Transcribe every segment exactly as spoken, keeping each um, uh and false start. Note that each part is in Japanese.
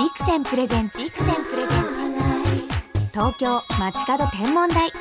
ビクセンプレゼンツビクセンプレゼンツ東京街角天文台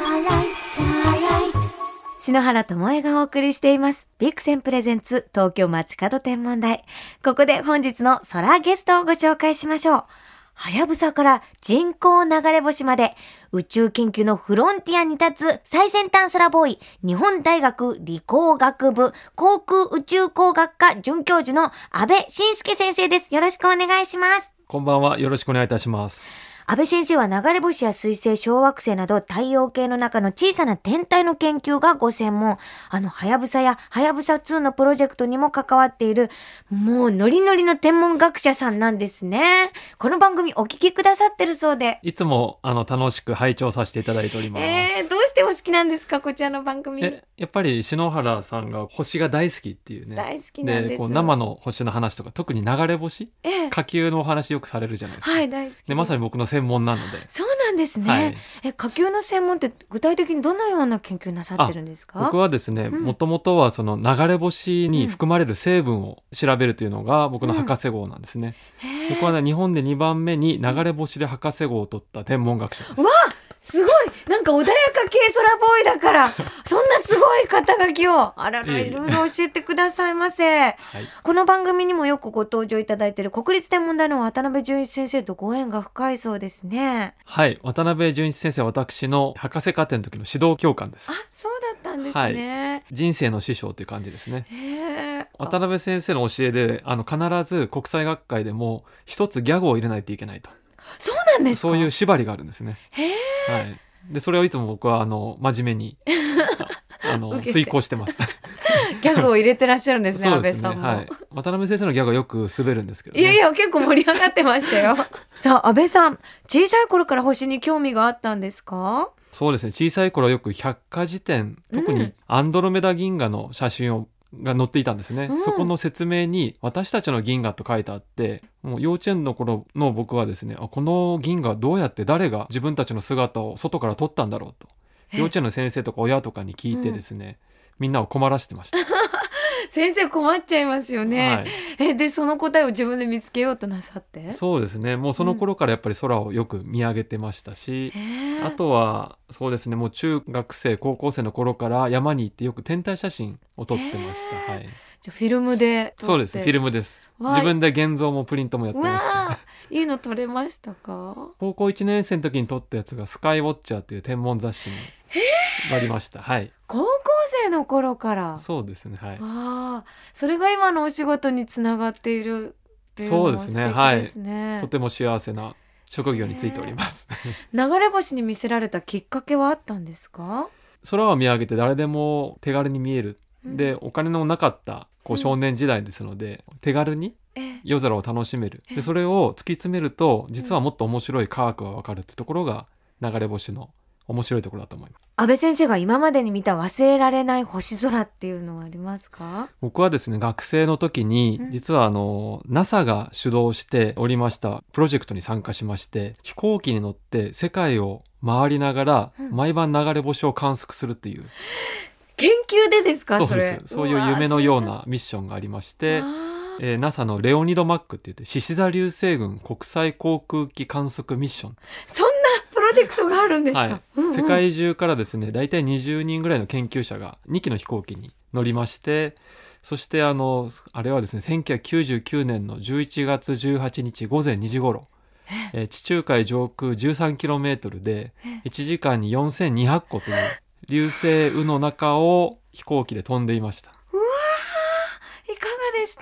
篠原智恵がお送りしていますビクセンプレゼンツ東京街角天文台。ここで本日の空ゲストをご紹介しましょう。はやぶさから人工流れ星まで宇宙研究のフロンティアに立つ最先端空ボーイ、日本大学理工学部航空宇宙工学科准教授の安倍晋介先生です。よろしくお願いします。 こんばんは。よろしくお願いいたします。 安倍先生は流れ星や彗星、小惑星など太陽系の中の小さな天体の研究がご専門。あのはやぶさやはやぶさツーのプロジェクトにも関わっている、もうノリノリの天文学者さんなんですね。この番組お聞きくださってるそうで、 いつもあの楽しく拝聴させていただいております。 えー、どうしてお好きなんですか、こちらの番組。 えやっぱり篠原さんが星が大好きっていうね。 大好きなんです。 でこう生の星の話とか、特に流れ星、 えー、 火球のお話よくされるじゃないですか。 はい、大好きでまさに僕の専門なので。 そうなんですね、はい、え火球の専門って具体的にどのような研究なさってるんですか？ 僕はですね、もともとはその流れ星に含まれる成分を調べるというのが僕の博士号なんですね、うん、僕はね日本でにばんめに流れ星で博士号を取った天文学者です。 わあすごい、なんか穏やか系空ボーイだからそんなすごい肩書きをあららいろいろ教えてくださいませ、はい、この番組にもよくご登場いただいている国立天文台の渡辺淳一先生とご縁が深いそうですね。 はい、渡辺淳一先生は私の博士課程の時の指導教官です。 あ、そうだったんですね、はい、 人生の師匠という感じですね。 へー、 渡辺先生の教えであの必ず国際学会でも一つギャグを入れないといけないと。 そうなんですか？ そういう縛りがあるんですね。 へー、 はい、でそれをいつも僕はあの真面目にあの遂行してますギャグを入れてらっしゃるんですね。 そうですね、 安倍さんも、 はい、渡辺先生のギャグはよく滑るんですけど、ね、 いやいや結構盛り上がってましたよさあ安倍さん、小さい頃から星に興味があったんですか？ そうですね、小さい頃はよく百科事典、特にアンドロメダ銀河の写真をが載っていたんですね、うん、そこの説明に私たちの銀河と書いてあって、もう幼稚園の頃の僕はですね、あこの銀河どうやって誰が自分たちの姿を外から撮ったんだろうと幼稚園の先生とか親とかに聞いてですね、うん、みんなを困らせてました先生困っちゃいますよね、はい、えでその答えを自分で見つけようとなさって。 そうですね、もうその頃からやっぱり空をよく見上げてましたし、うん、あとはそうですね、もう中学生高校生の頃から山に行ってよく天体写真を撮ってました、はい、 じゃフィルムで撮って。 そうです、フィルムです。自分で現像もプリントもやってましたいいの撮れましたか？ 高校いちねん生の時に撮ったやつがスカイウォッチャーという天文雑誌になりました、はい、 高校生の頃から。 そうですね、はい、 あそれが今のお仕事につながっているっていうのは素敵ですね。そうですね、はい、 とても幸せな職業についております流れ星に見せられたきっかけはあったんですか？ 空を見上げて誰でも手軽に見える、うん、でお金のなかったこう少年時代ですので、うん、手軽に夜空を楽しめる。でそれを突き詰めると実はもっと面白い科学がわかるってところが流れ星の面白いところだと思います。 安倍先生が今までに見た忘れられない星空っていうのはありますか？ 僕はですね、学生の時に実はあの、うん、ナサ が主導しておりましたプロジェクトに参加しまして、飛行機に乗って世界を回りながら毎晩流れ星を観測するっていう、うん、 研究でですか？ そうです。それそういう夢のようなミッションがありまして、えー、ナサ のレオニド・マックって言って獅子座流星群国際航空機観測ミッション、 そんなプロジェクトがあるんですか？はい、 うんうん、世界中からですね、だいたいにじゅうにんぐらいの研究者がにきの飛行機に乗りまして、そしてあのあれはですね、せんきゅうひゃくきゅうじゅうきゅうねんのじゅういちがつじゅうはちにち午前にじ頃、えー、地中海上空 じゅうさんキロメートル でいちじかんによんせんにひゃっこという流星雨の中を飛行機で飛んでいました。 うわー、いかがでした？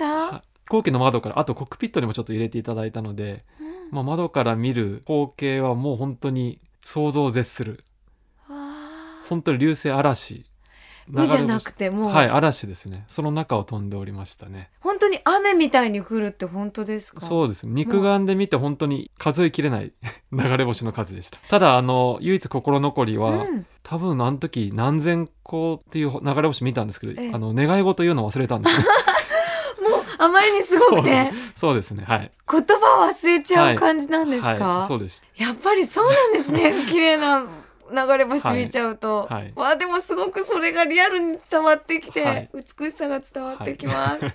飛行機の窓から、あとコックピットにもちょっと入れていただいたので、うん、まあ、窓から見る光景はもう本当に想像を絶する。本当に流星嵐、 雨じゃなくてもう、 はい、嵐ですね。その中を飛んでおりましたね。 本当に雨みたいに降るって本当ですか？ そうですね、肉眼で見て本当に数えきれない流れ星の数でした。ただあの唯一心残りは、うん、多分あの時何千個っていう流れ星見たんですけど、あの願い事言うの忘れたんですねもうあまりにすごくて、 そう、そうですね、はい、 言葉を忘れちゃう感じなんですか？ はいはい、そうです。 やっぱりそうなんですね綺麗な流れ星見ちゃうと、 はいはい、 わあでもすごくそれがリアルに伝わってきて、はい、美しさが伝わってきます、はい、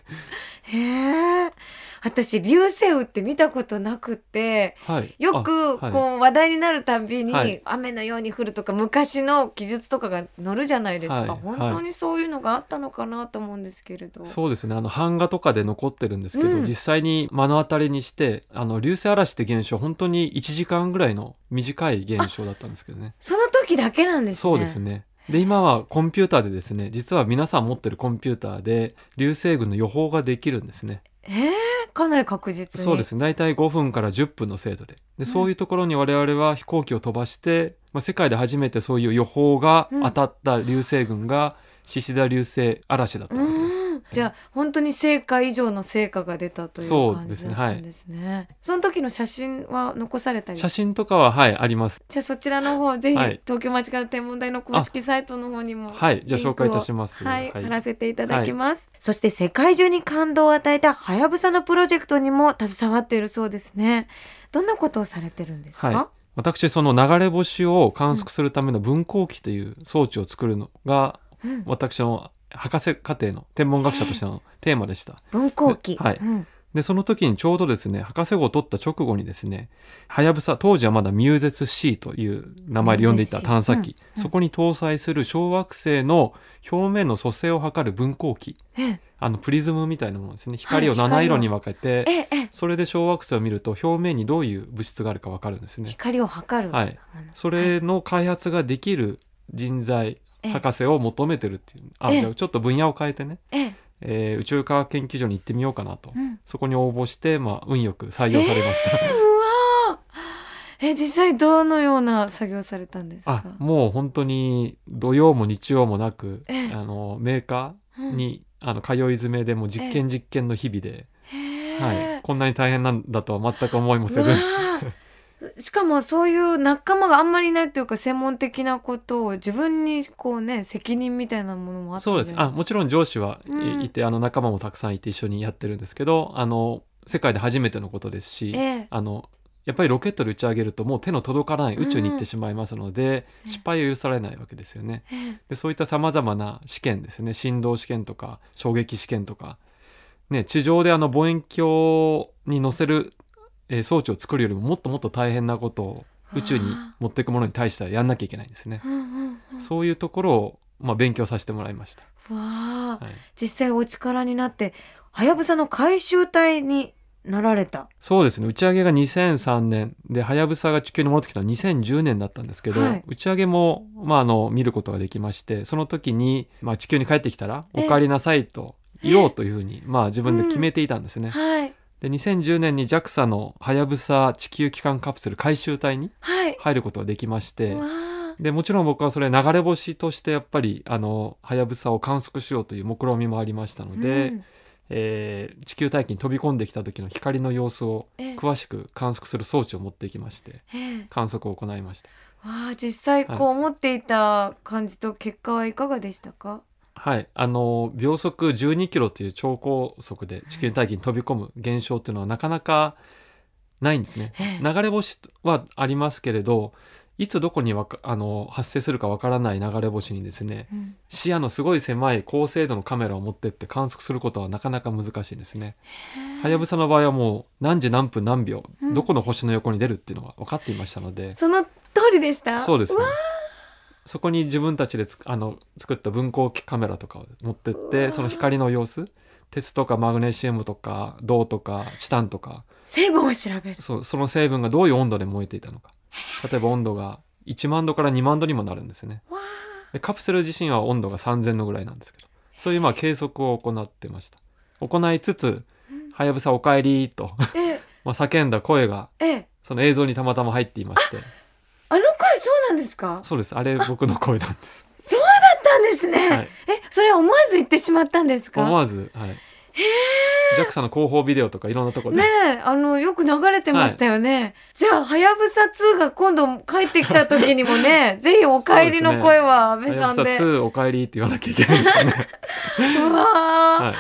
へえ。私流星雨って見たことなくて、はい、よくこう話題になるたびに、はい、雨のように降るとか昔の記述とかが載るじゃないですか、はい、本当にそういうのがあったのかなと思うんですけれど、はい、 そうですね、あの版画とかで残ってるんですけど、うん、実際に目の当たりにしてあの流星嵐って現象本当にいちじかんぐらいの短い現象だったんですけどね。 その時だけなんですね。 そうですね。で今はコンピューターでですね、実は皆さん持ってるコンピューターで流星群の予報ができるんですね。 えー、かなり確実に。 そうですね、大体ごふんからじゅっぷんの精度で、で、うん、そういうところに我々は飛行機を飛ばして、まあ、世界で初めてそういう予報が当たった流星群が獅子座流星嵐だったわけです、 うん、じゃあ本当に成果以上の成果が出たという感じだったんですね。そうですね、はい、その時の写真は残されたり。 写真とかははいあります。 じゃあそちらの方ぜひ、はい、東京街角天文台の公式サイトの方にもはいじゃあ紹介いたします。 はい、はい、貼らせていただきます、はい、そして世界中に感動を与えたはやぶさのプロジェクトにも携わっているそうですね。どんなことをされてるんですか？はい、 私その流れ星を観測するための分光器という装置を作るのが、うん、私の博士課程の天文学者としてのテーマでした。 分光器、 はい、うん、でその時にちょうどですね博士号を取った直後にですねはやぶさ、当時はまだミューゼス C という名前で呼んでいた探査機、うんうん、そこに搭載する小惑星の表面の組成を測る分光器、えあのプリズムみたいなものですね。光をなな色に分けて、はい、それで小惑星を見ると表面にどういう物質があるか分かるんですね。 光を測る、 はい、それの開発ができる人材、博士を求めてるっていう、あじゃあちょっと分野を変えてね、ええー、宇宙科学研究所に行ってみようかなと、うん、そこに応募して、まあ、運よく採用されました。えー、 うわえ実際どのような作業されたんですか？ あもう本当に土曜も日曜もなく、えー、あのメーカーに、うん、あの通い詰めでも実験実験の日々で、えーはい、こんなに大変なんだとは全く思いもせずしかもそういう仲間があんまりいないというか専門的なことを自分にこうね責任みたいなものもあった。 そうです。あもちろん上司はいて、うん、あの仲間もたくさんいて一緒にやってるんですけど、あの世界で初めてのことですし、ええ、あのやっぱりロケットで打ち上げるともう手の届かない宇宙に行ってしまいますので、うん、失敗を許されないわけですよね、え、でそういったさまざまな試験ですね、振動試験とか衝撃試験とか、ね、地上であの望遠鏡に乗せるえー、装置を作るよりももっともっと大変なことを宇宙に持っていくものに対してはやんなきゃいけないんですね、うんうんうん、そういうところを、まあ、勉強させてもらいました。 わ、はい、実際お力になってはやぶさの回収隊になられた。 そうですね、打ち上げがにせんさんねんではやぶさが地球に戻ってきたのはにせんじゅうねんだったんですけど、はい、打ち上げも、まあ、あの見ることができまして、その時に、まあ、地球に帰ってきたらお帰りなさいと言おうというふうに、まあ、自分で決めていたんですね、うんはい、でにせんじゅうねんに ジャクサ のはやぶさ地球基幹カプセル回収隊に入ることができまして、はい、でもちろん僕はそれ流れ星としてやっぱりあのはやぶさを観測しようという目論みもありましたので、うんえー、地球大気に飛び込んできた時の光の様子を詳しく観測する装置を持ってきまして観測を行いました。 わあ実際こう思っていた感じと結果はいかがでしたか？ はい、あの秒速じゅうにキロという超高速で地球大気に飛び込む現象というのはなかなかないんですね。流れ星はありますけれど、いつどこにわかあの発生するかわからない流れ星にですね、うん、視野のすごい狭い高精度のカメラを持ってって観測することはなかなか難しいんですね。はやぶさの場合はもう何時何分何秒、うん、どこの星の横に出るっていうのが分かっていましたので。 その通りでした。 そうですね。そこに自分たちでつあの作った分光器カメラとかを持ってってその光の様子、鉄とかマグネシウムとか銅とかチタンとか成分を調べる。 そう、その成分がどういう温度で燃えていたのか、例えば温度がいちまんどからにまんどにもなるんですね。でカプセル自身は温度がさんぜんどぐらいなんですけど、そういうまあ計測を行ってました。行いつつはやぶさおかえりとまあ叫んだ声がその映像にたまたま入っていまして。 あの声そうなんですか？ そうです、あれ僕の声なんです。 そうだったんですね、はい、えそれは思わず言ってしまったんですか？ 思わず、はい、ジャクサ の広報ビデオとかいろんなところでねえあのよく流れてましたよね、はい、じゃあはやぶさツーが今度帰ってきた時にもねぜひお帰りの声は安倍さんで、 はやぶさツーお帰りって言わなきゃいけないですかね。 うわ、はい、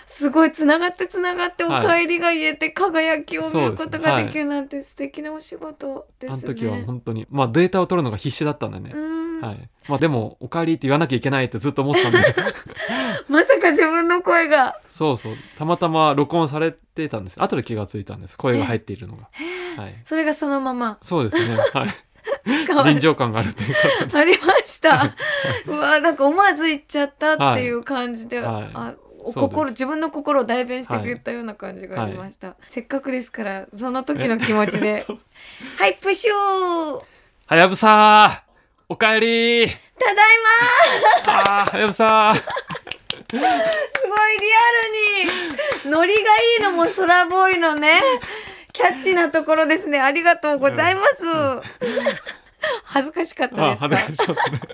すごいつながってつながっておはい帰りが言えて輝きを見ることができそうですねるなんて素敵なお仕事ですね。 あの時は本当に、まあ、データを取るのが必死だったんでね、 うんはいまあ、でもお帰りって言わなきゃいけないってずっと思ってたんでまさか自分の声がそうそうたまたま録音されてたんです。後で気がついたんです、声が入っているのが、はい、 それがそのままそうですね、はい、 使われ臨場感があるということでありましたうわなんか思わず言っちゃったっていう感じで、 はいあおそうです心自分の心を代弁してくれたような感じがありました、せっかくですからその時の気持ちでそうはいプシューはやぶさおかえりただいまあーはやぶさすごいリアルにノリがいいのも空ボーイのねキャッチーなところですね。ありがとうございます、恥ずかしかったですか。 あ恥ずかしかったね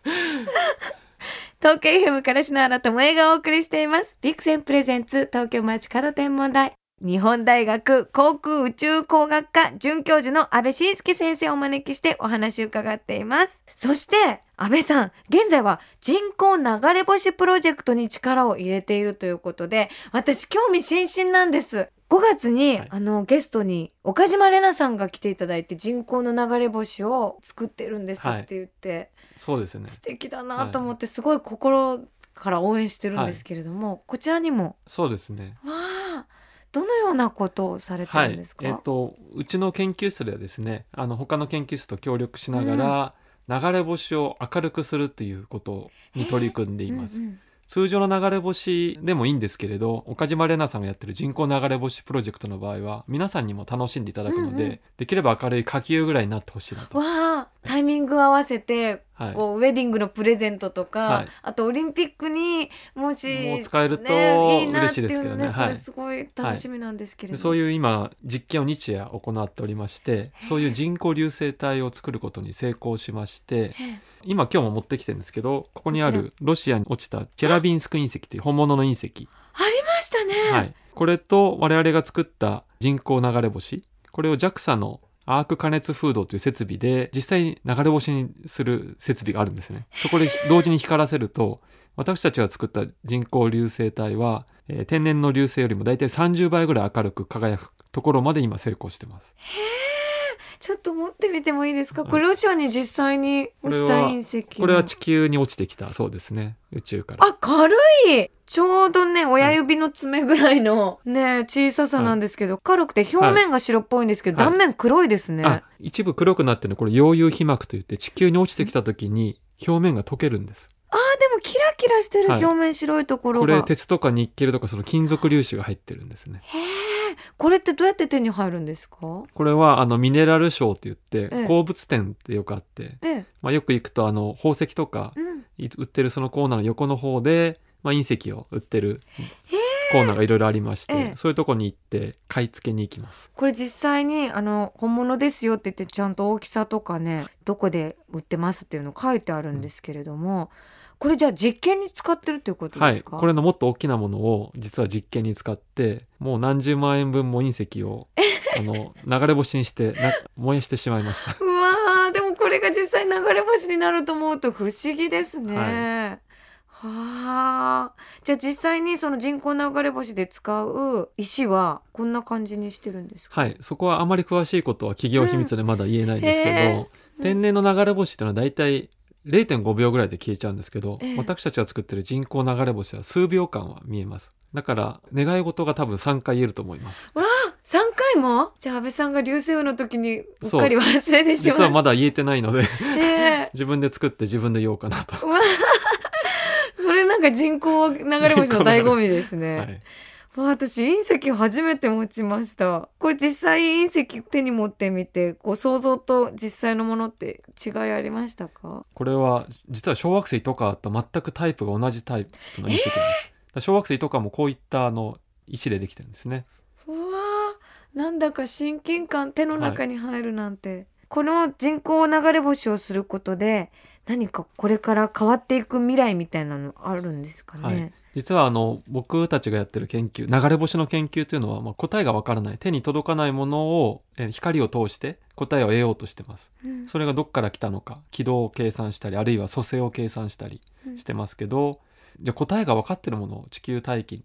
東京 エフエム から篠原智恵がお送りしていますビクセンプレゼンツ東京街角天文台。日本大学航空宇宙工学科准教授の安倍晋介先生をお招きしてお話を伺っています。そして安倍さん現在は人工流れ星プロジェクトに力を入れているということで私興味津々なんです。ごがつに、はい、あのゲストに岡島玲奈さんが来ていただいて人工の流れ星を作ってるんですって言って、はい、 そうですね、 素敵だなと思ってすごい心から応援してるんですけれども、はい、こちらにもそうですねわあどのようなことをされてるんですか。 はいえー、とうちの研究室ではですねあの他の研究室と協力しながら、うん、流れ星を明るくするということに取り組んでいます、うんうん通常の流れ星でもいいんですけれど岡島玲奈さんがやってる人工流れ星プロジェクトの場合は皆さんにも楽しんでいただくので、うんうん、できれば明るい火球ぐらいになってほしいなと。 わあタイミング合わせて、はい、こうウェディングのプレゼントとか、はい、あとオリンピックにもしもう使えると嬉しいですけどね、 それすごい楽しみなんですけれど、 はい、そういう今実験を日夜行っておりましてそういう人工流星体を作ることに成功しまして今今日も持ってきてるんですけどここにあるロシアに落ちたチェラビンスク隕石という本物の隕石ありましたね、 はい、これと我々が作った人工流れ星これを ジャクサ のアーク加熱風洞という設備で実際に流れ星にする設備があるんですね。そこで同時に光らせると私たちが作った人工流星体は、えー、天然の流星よりもだいたいさんじゅうばいぐらい明るく輝くところまで今成功してます。 へーちょっと持ってみてもいいですか。これロシアに実際に落ちた隕石これは地球に落ちてきたそうですね宇宙から。 あ軽いちょうどね親指の爪ぐらいの、ね、小ささなんですけど、はい、軽くて表面が白っぽいんですけど、はい、断面黒いですね、 あ一部黒くなってるのこれ溶融皮膜といって地球に落ちてきた時に表面が溶けるんです。 あーでもキラキラしてる、はい、表面白いところがこれ鉄とかニッケルとかその金属粒子が入ってるんですね。 へーこれってどうやって手に入るんですか。 これはあのミネラルショーって言って、ええ、鉱物店ってよくあって、ええまあ、よく行くとあの宝石とか、うん、売ってるそのコーナーの横の方で、まあ、隕石を売ってるコーナーがいろいろありまして、ええ、そういうとこに行って買い付けに行きます。 これ実際にあの本物ですよって言ってちゃんと大きさとかねどこで売ってますっていうの書いてあるんですけれども、うんこれじゃあ実験に使ってるっていうことですか。 はい、これのもっと大きなものを実は実験に使ってもう何十万円分も隕石をあの流れ星にしてな燃やしてしまいました。 うわーでもこれが実際流れ星になると思うと不思議ですね。はいはあじゃあ実際にその人工流れ星で使う石はこんな感じにしてるんですか。 はいそこはあまり詳しいことは企業秘密でまだ言えないんですけど、うん、天然の流れ星っていうのはだいたいれいてんごびょうぐらいで消えちゃうんですけど、ええ、私たちが作ってる人工流れ星は数秒間は見えます。だから願い事が多分さんかい言えると思います。 わあさんかいも。じゃあ安倍さんが流星雨の時にうっかり忘れてしまう。 実はまだ言えてないので、えー、自分で作って自分で言おうかなと。 わそれなんか人工流れ星の醍醐味ですね。はい私隕石初めて持ちました。これ実際隕石手に持ってみてこう想像と実際のものって違いありましたか。 これは実は小惑星とかと全くタイプが同じタイプの隕石なんです、えー、小惑星とかもこういったあの石でできてるんですね。 うわなんだか親近感手の中に入るなんて、はい、この人工流れ星をすることで何かこれから変わっていく未来みたいなのあるんですかね。はい実はあの僕たちがやってる研究流れ星の研究というのは、まあ、答えがわからない手に届かないものをえ光を通して答えを得ようとしてます、うん、それがどっから来たのか軌道を計算したりあるいは組成を計算したりしてますけど、うん、じゃあ答えが分かってるものを地球大気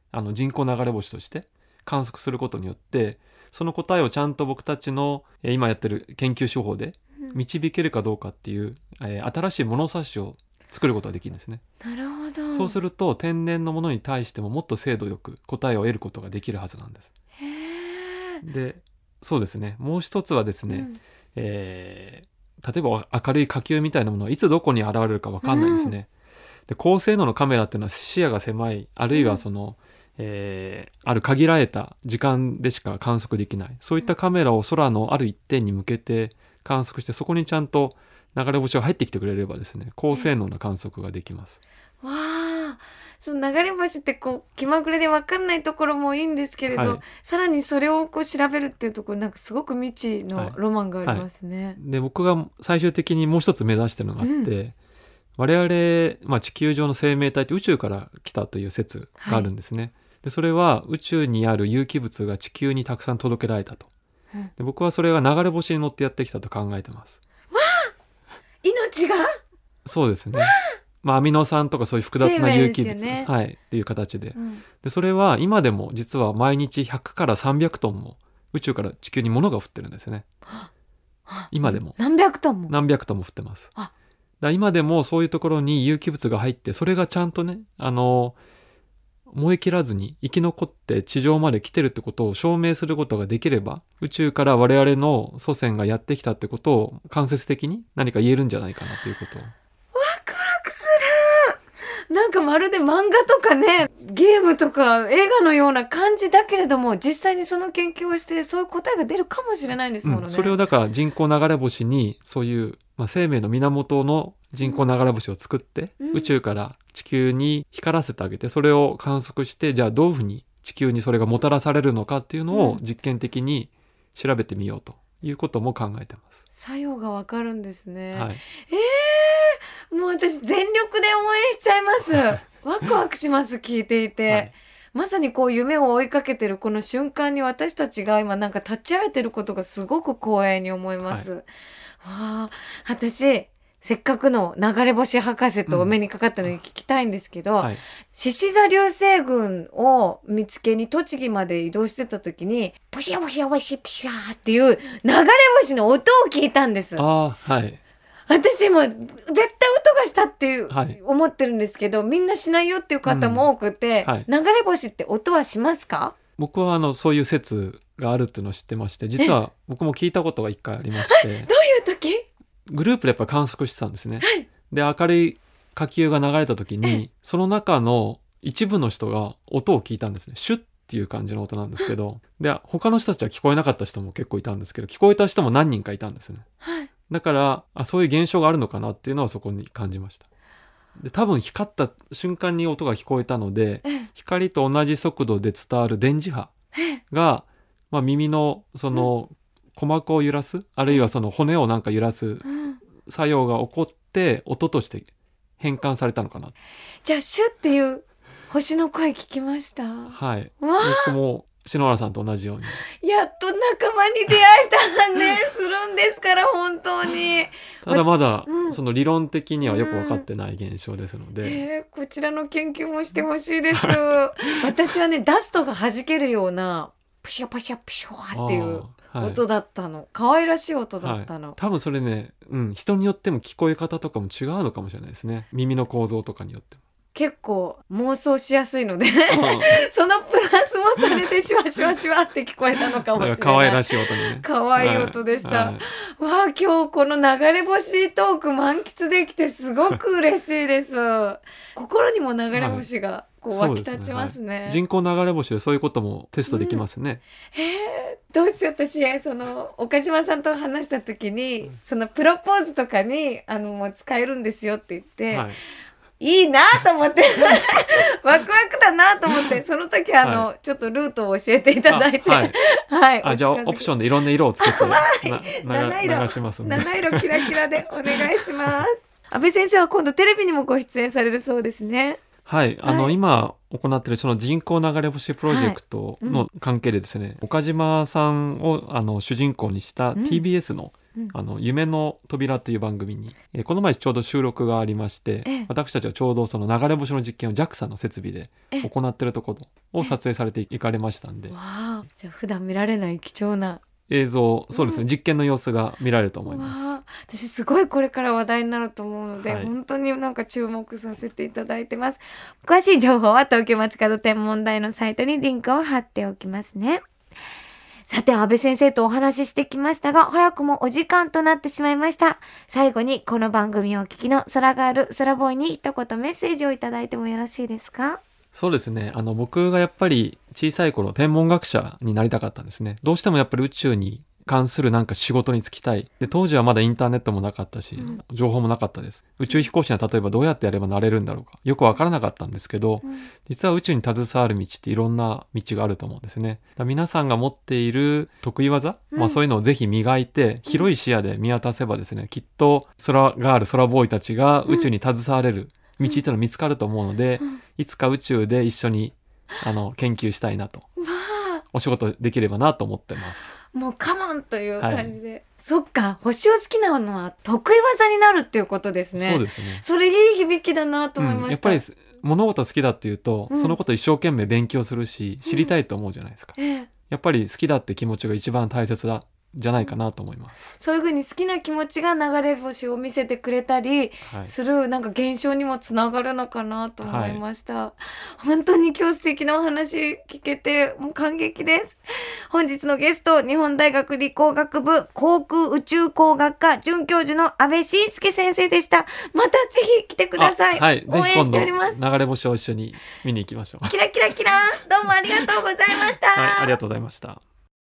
あの人工流れ星として観測することによって、その答えをちゃんと僕たちのえー今やってる研究手法で導けるかどうかっていう、えー新しい物差しを作ることができるんですね。 なるほど。 そうすると天然のものに対してももっと精度よく答えを得ることができるはずなんです。 へー。 でそうですね、もう一つはですね、 うんえー例えば明るい火球みたいなものはいつどこに現れるか分かんないですね。で高性能のカメラっていうのは視野が狭い、あるいはその、えーある限られた時間でしか観測できない、そういったカメラを空のある一点に向けて観測して、そこにちゃんと流れ星が入ってきてくれればですね、高性能な観測ができます。 わあ、その流れ星ってこう気まぐれで分かんないところもいいんですけれど、 はいさらにそれをこう調べるっていうところ、なんかすごく未知のロマンがありますね。 で僕が最終的にもう一つ目指してるのがあって、 う我々、まあ、地球上の生命体って宇宙から来たという説があるんですね。でそれは宇宙にある有機物が地球にたくさん届けられたと。 うんで僕はそれが流れ星に乗ってやってきたと考えてます。 命がそうですね。まあ、アミノ酸とかそういう複雑な有機物、 生命ですよねはい、っていう形で。 うんでそれは今でも実は毎日ひゃくからさんびゃくトンも宇宙から地球に物が降ってるんですよね。今でも何百トンも。 何百トンも降ってます。だあから今でもそういうところに有機物が入って、それがちゃんとね、あの燃え切らずに生き残って地上まで来てるってことを証明することができれば、宇宙から我々の祖先がやってきたってことを間接的に何か言えるんじゃないかなということを。 ワクワクする。なんかまるで漫画とかね、ゲームとか映画のような感じだけれども、実際にその研究をしてそういう答えが出るかもしれないんですものね。 うん、それをだから人工流れ星にそういう、まあ、生命の源の人工流れ星を作って、 うん宇宙から地球に光らせてあげて、それを観測して、じゃあどういうふうに地球にそれがもたらされるのかっていうのをうん実験的に調べてみようということも考えてます。 作用がわかるんですね。 はい、 えー、もう私全力で応援しちゃいます。ワクワクします聞いていて。 はいまさにこう夢を追いかけてるこの瞬間に私たちが今なんか立ち会えてることがすごく光栄に思います。わあ、私せっかくの流れ星博士とお目にかかったのに聞きたいんですけど、 はい獅子座流星群を見つけに栃木まで移動してた時にプシャプシャプシャプシャっていう流れ星の音を聞いたんです。 ああはい私も絶対音がしたっていう、 はい思ってるんですけど、みんなしないよっていう方も多くて、 うんはい流れ星って音はしますか？ 僕はあのそういう説があるっていうのを知ってまして、実は僕も聞いたことが一回ありまして、 どういう時？ グループでやっぱ観測してたんですね。で明るい火球が流れた時にその中の一部の人が音を聞いたんですね。シュッっていう感じの音なんですけど、で他の人たちは聞こえなかった人も結構いたんですけど、聞こえた人も何人かいたんですね。 はいだからあそういう現象があるのかなっていうのはそこに感じました。で多分光った瞬間に音が聞こえたので、光と同じ速度で伝わる電磁波が、まあ、耳のその鼓膜を揺らす、あるいはその骨をなんか揺らすうん作用が起こって音として変換されたのかな。 じゃあシュッっていう星の声聞きました。わはいあ、 僕も篠原さんと同じように。 やっと仲間に出会えたねするんですから本当に。 ただまだうんその理論的にはよく分かってない現象ですので、 えーこちらの研究もしてほしいです私はねダストが弾けるようなプシャパシャプシャっていうあーはい音だったの、可愛らしい音だったの、 はい、多分それね、うん、人によっても聞こえ方とかも違うのかもしれないですね。耳の構造とかによっても。 結構妄想しやすいのであそのプラスもされてシュワシュワシュワって聞こえたのかもしれない。 可愛らしい音にね。 可愛い音でした、 はいはいわあ今日この流れ星トーク満喫できてすごく嬉しいです心にも流れ星がこう湧き立ちますね、 はい、人工流れ星でそういうこともテストできますね、 えー、どうしよう私その岡島さんと話した時にそのプロポーズとかにあのもう使えるんですよって言って、 はいいいなと思ってワクワクだなと思ってその時あの、 はちょっとルートを教えていただいて、 あはいはいあじゃあオプションでいろんな色をつけてな七色流しますんで。 七色キラキラでお願いします安倍先生は今度テレビにもご出演されるそうですね。 はいあの、 はい今行っているその人工流れ星プロジェクトの関係でですね、岡島さんをあの主人公にした ティービーエス のうん、 あの夢の扉という番組に、えーこの前ちょうど収録がありまして、 ええ私たちはちょうどその流れ星の実験を ジャクサ の設備でええ行っているところを撮影されていかれましたんで、 わあ、じゃあ普段見られない貴重な映像、そうですね、 うん実験の様子が見られると思います。 わあ、私すごいこれから話題になると思うので、 はい本当になんか注目させていただいてます。詳しい情報は東京街角天文台のサイトにリンクを貼っておきますね。さて、安倍先生とお話ししてきましたが、早くもお時間となってしまいました。最後にこの番組をお聞きの空ガール、空ボーイに一言メッセージをいただいてもよろしいですか？ そうですね、あの僕がやっぱり小さい頃天文学者になりたかったんですね。どうしてもやっぱり宇宙に関するなんか仕事に就きたい。で、当時はまだインターネットもなかったし、 うん情報もなかったです。宇宙飛行士には例えばどうやってやればなれるんだろうか、よくわからなかったんですけど、 うん実は宇宙に携わる道っていろんな道があると思うんですね。だから皆さんが持っている得意技、 うんまあそういうのをぜひ磨いて、広い視野で見渡せばですね、きっと空ガール、空ボーイたちが宇宙に携われる道っていうのが見つかると思うので、 うんいつか宇宙で一緒にあの研究したいなと、 わあ、 お仕事できればなと思ってます。 もうカモンという感じで、そっか、星を好きなのは得意技になるっていうことですね。 そうですね。 それいい響きだなと思いました。 うん、やっぱり物事好きだっていうと、 うんそのこと一生懸命勉強するし、知りたいと思うじゃないですか。 ええ、 やっぱり好きだって気持ちが一番大切だじゃないかなと思います。 そういう風に好きな気持ちが流れ星を見せてくれたりはい。 するなんか現象にもつながるのかなと思いました、本当に今日素敵なお話聞けてもう感激です。本日のゲスト、日本大学理工学部航空宇宙工学科准教授の安倍晋介先生でした。またぜひ来てください。 あはい、ぜ応援しひ今度ております。 流れ星を一緒に見に行きましょう。 キラキラキラどうもありがとうございました。 はい、ありがとうございました。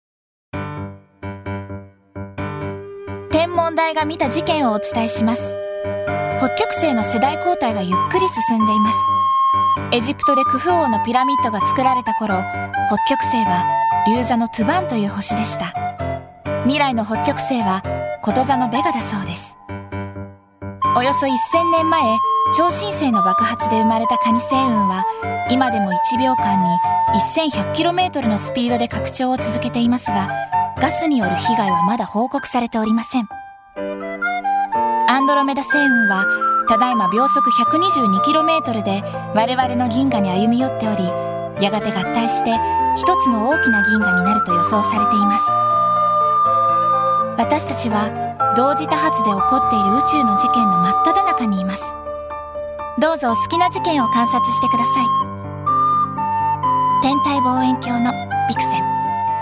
天文台が見た事件をお伝えします。北極星の世代交代がゆっくり進んでいます。エジプトでクフ王のピラミッドが作られた頃、北極星は竜座のトゥバンという星でした。未来の北極星はこと座のベガだそうです。およそせんねんまえ、超新星の爆発で生まれたカニ星雲は今でもいちびょうかんに せんひゃくキロメートル のスピードで拡張を続けていますが、ガスによる被害はまだ報告されておりません。アンドロメダ星雲はただいま秒速 ひゃくにじゅうにキロメートル で我々の銀河に歩み寄っており、やがて合体して一つの大きな銀河になると予想されています。私たちは同時多発で起こっている宇宙の事件の真っ只中にいます。どうぞお好きな事件を観察してください。天体望遠鏡のビクセン。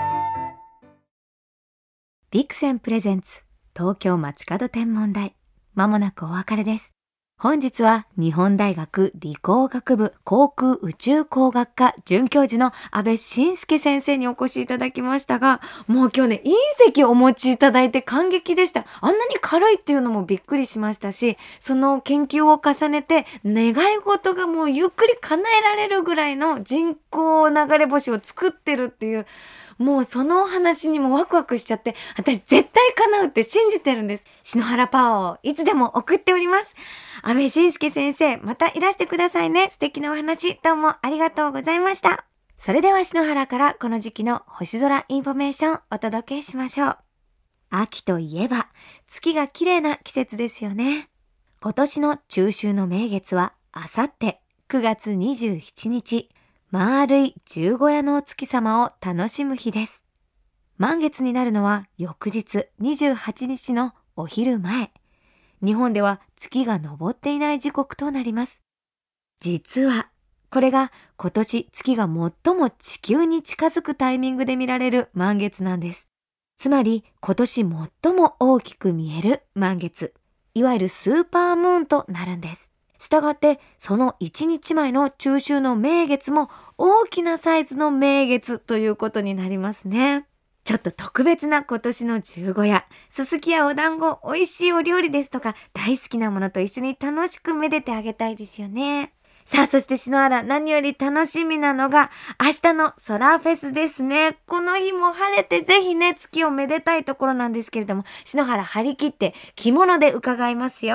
ビクセンプレゼンツ東京街角天文台、まもなくお別れです。本日は日本大学理工学部航空宇宙工学科准教授の安倍晋介先生にお越しいただきましたが、もう今日ね、隕石をお持ちいただいて感激でした。あんなに軽いっていうのもびっくりしましたし、その研究を重ねて願い事がもうゆっくり叶えられるぐらいの人工流れ星を作ってるっていう、もうそのお話にもワクワクしちゃって、私絶対叶うって信じてるんです。篠原パワーをいつでも送っております。安倍晋介先生、またいらしてくださいね。素敵なお話、どうもありがとうございました。それでは篠原からこの時期の星空インフォメーションお届けしましょう。秋といえば月が綺麗な季節ですよね。今年の中秋の名月はあさってくがつにじゅうしちにち、丸い十五夜のお月様を楽しむ日です。満月になるのは翌日にじゅうはちにちのお昼前。日本では月が昇っていない時刻となります。実はこれが今年月が最も地球に近づくタイミングで見られる満月なんです。つまり今年最も大きく見える満月、いわゆるスーパームーンとなるんです。したがってそのいちにちまえの中秋の名月も大きなサイズの名月ということになりますね。ちょっと特別な今年の十五夜、すすきやお団子、美味しいお料理ですとか大好きなものと一緒に楽しくめでてあげたいですよね。さあ、そして篠原、何より楽しみなのが明日のソラフェスですね。この日も晴れてぜひね、月をめでたいところなんですけれども、篠原張り切って着物で伺いますよ。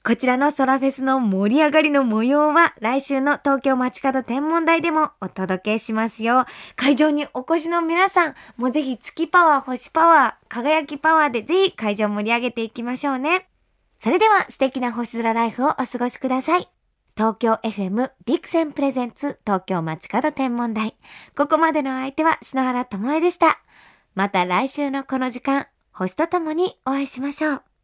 こちらの空フェスの盛り上がりの模様は来週の東京街角天文台でもお届けしますよ。会場にお越しの皆さんもぜひ月パワー、星パワー、輝きパワーでぜひ会場盛り上げていきましょうね。それでは素敵な星空ライフをお過ごしください。東京 エフエム ビクセンプレゼンツ東京街角天文台。ここまでの相手は篠原ともえでした。また来週のこの時間、星とともにお会いしましょう。